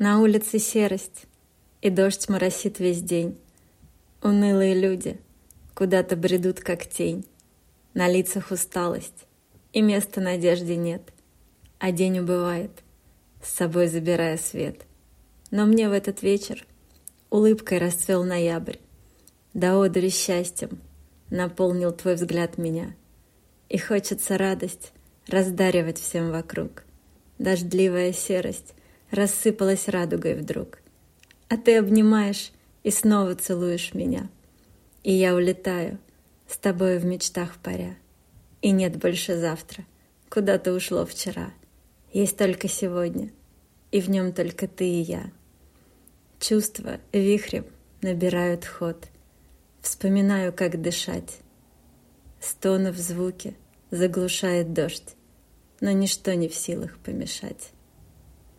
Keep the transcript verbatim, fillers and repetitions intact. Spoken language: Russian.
На улице серость, и дождь моросит весь день. Унылые люди куда-то бредут, как тень. На лицах усталость, и места надежде нет. А день убывает, с собой забирая свет. Но мне в этот вечер улыбкой расцвел ноябрь. До одури счастьем наполнил твой взгляд меня. И хочется радость раздаривать всем вокруг. Дождливая серость рассыпалась радугой вдруг. А ты обнимаешь и снова целуешь меня. И я улетаю с тобой в мечтах паря. И нет больше завтра, куда-то ушло вчера. Есть только сегодня, и в нем только ты и я. Чувства вихрем набирают ход. Вспоминаю, как дышать. Стоны в звуке заглушает дождь, но ничто не в силах помешать.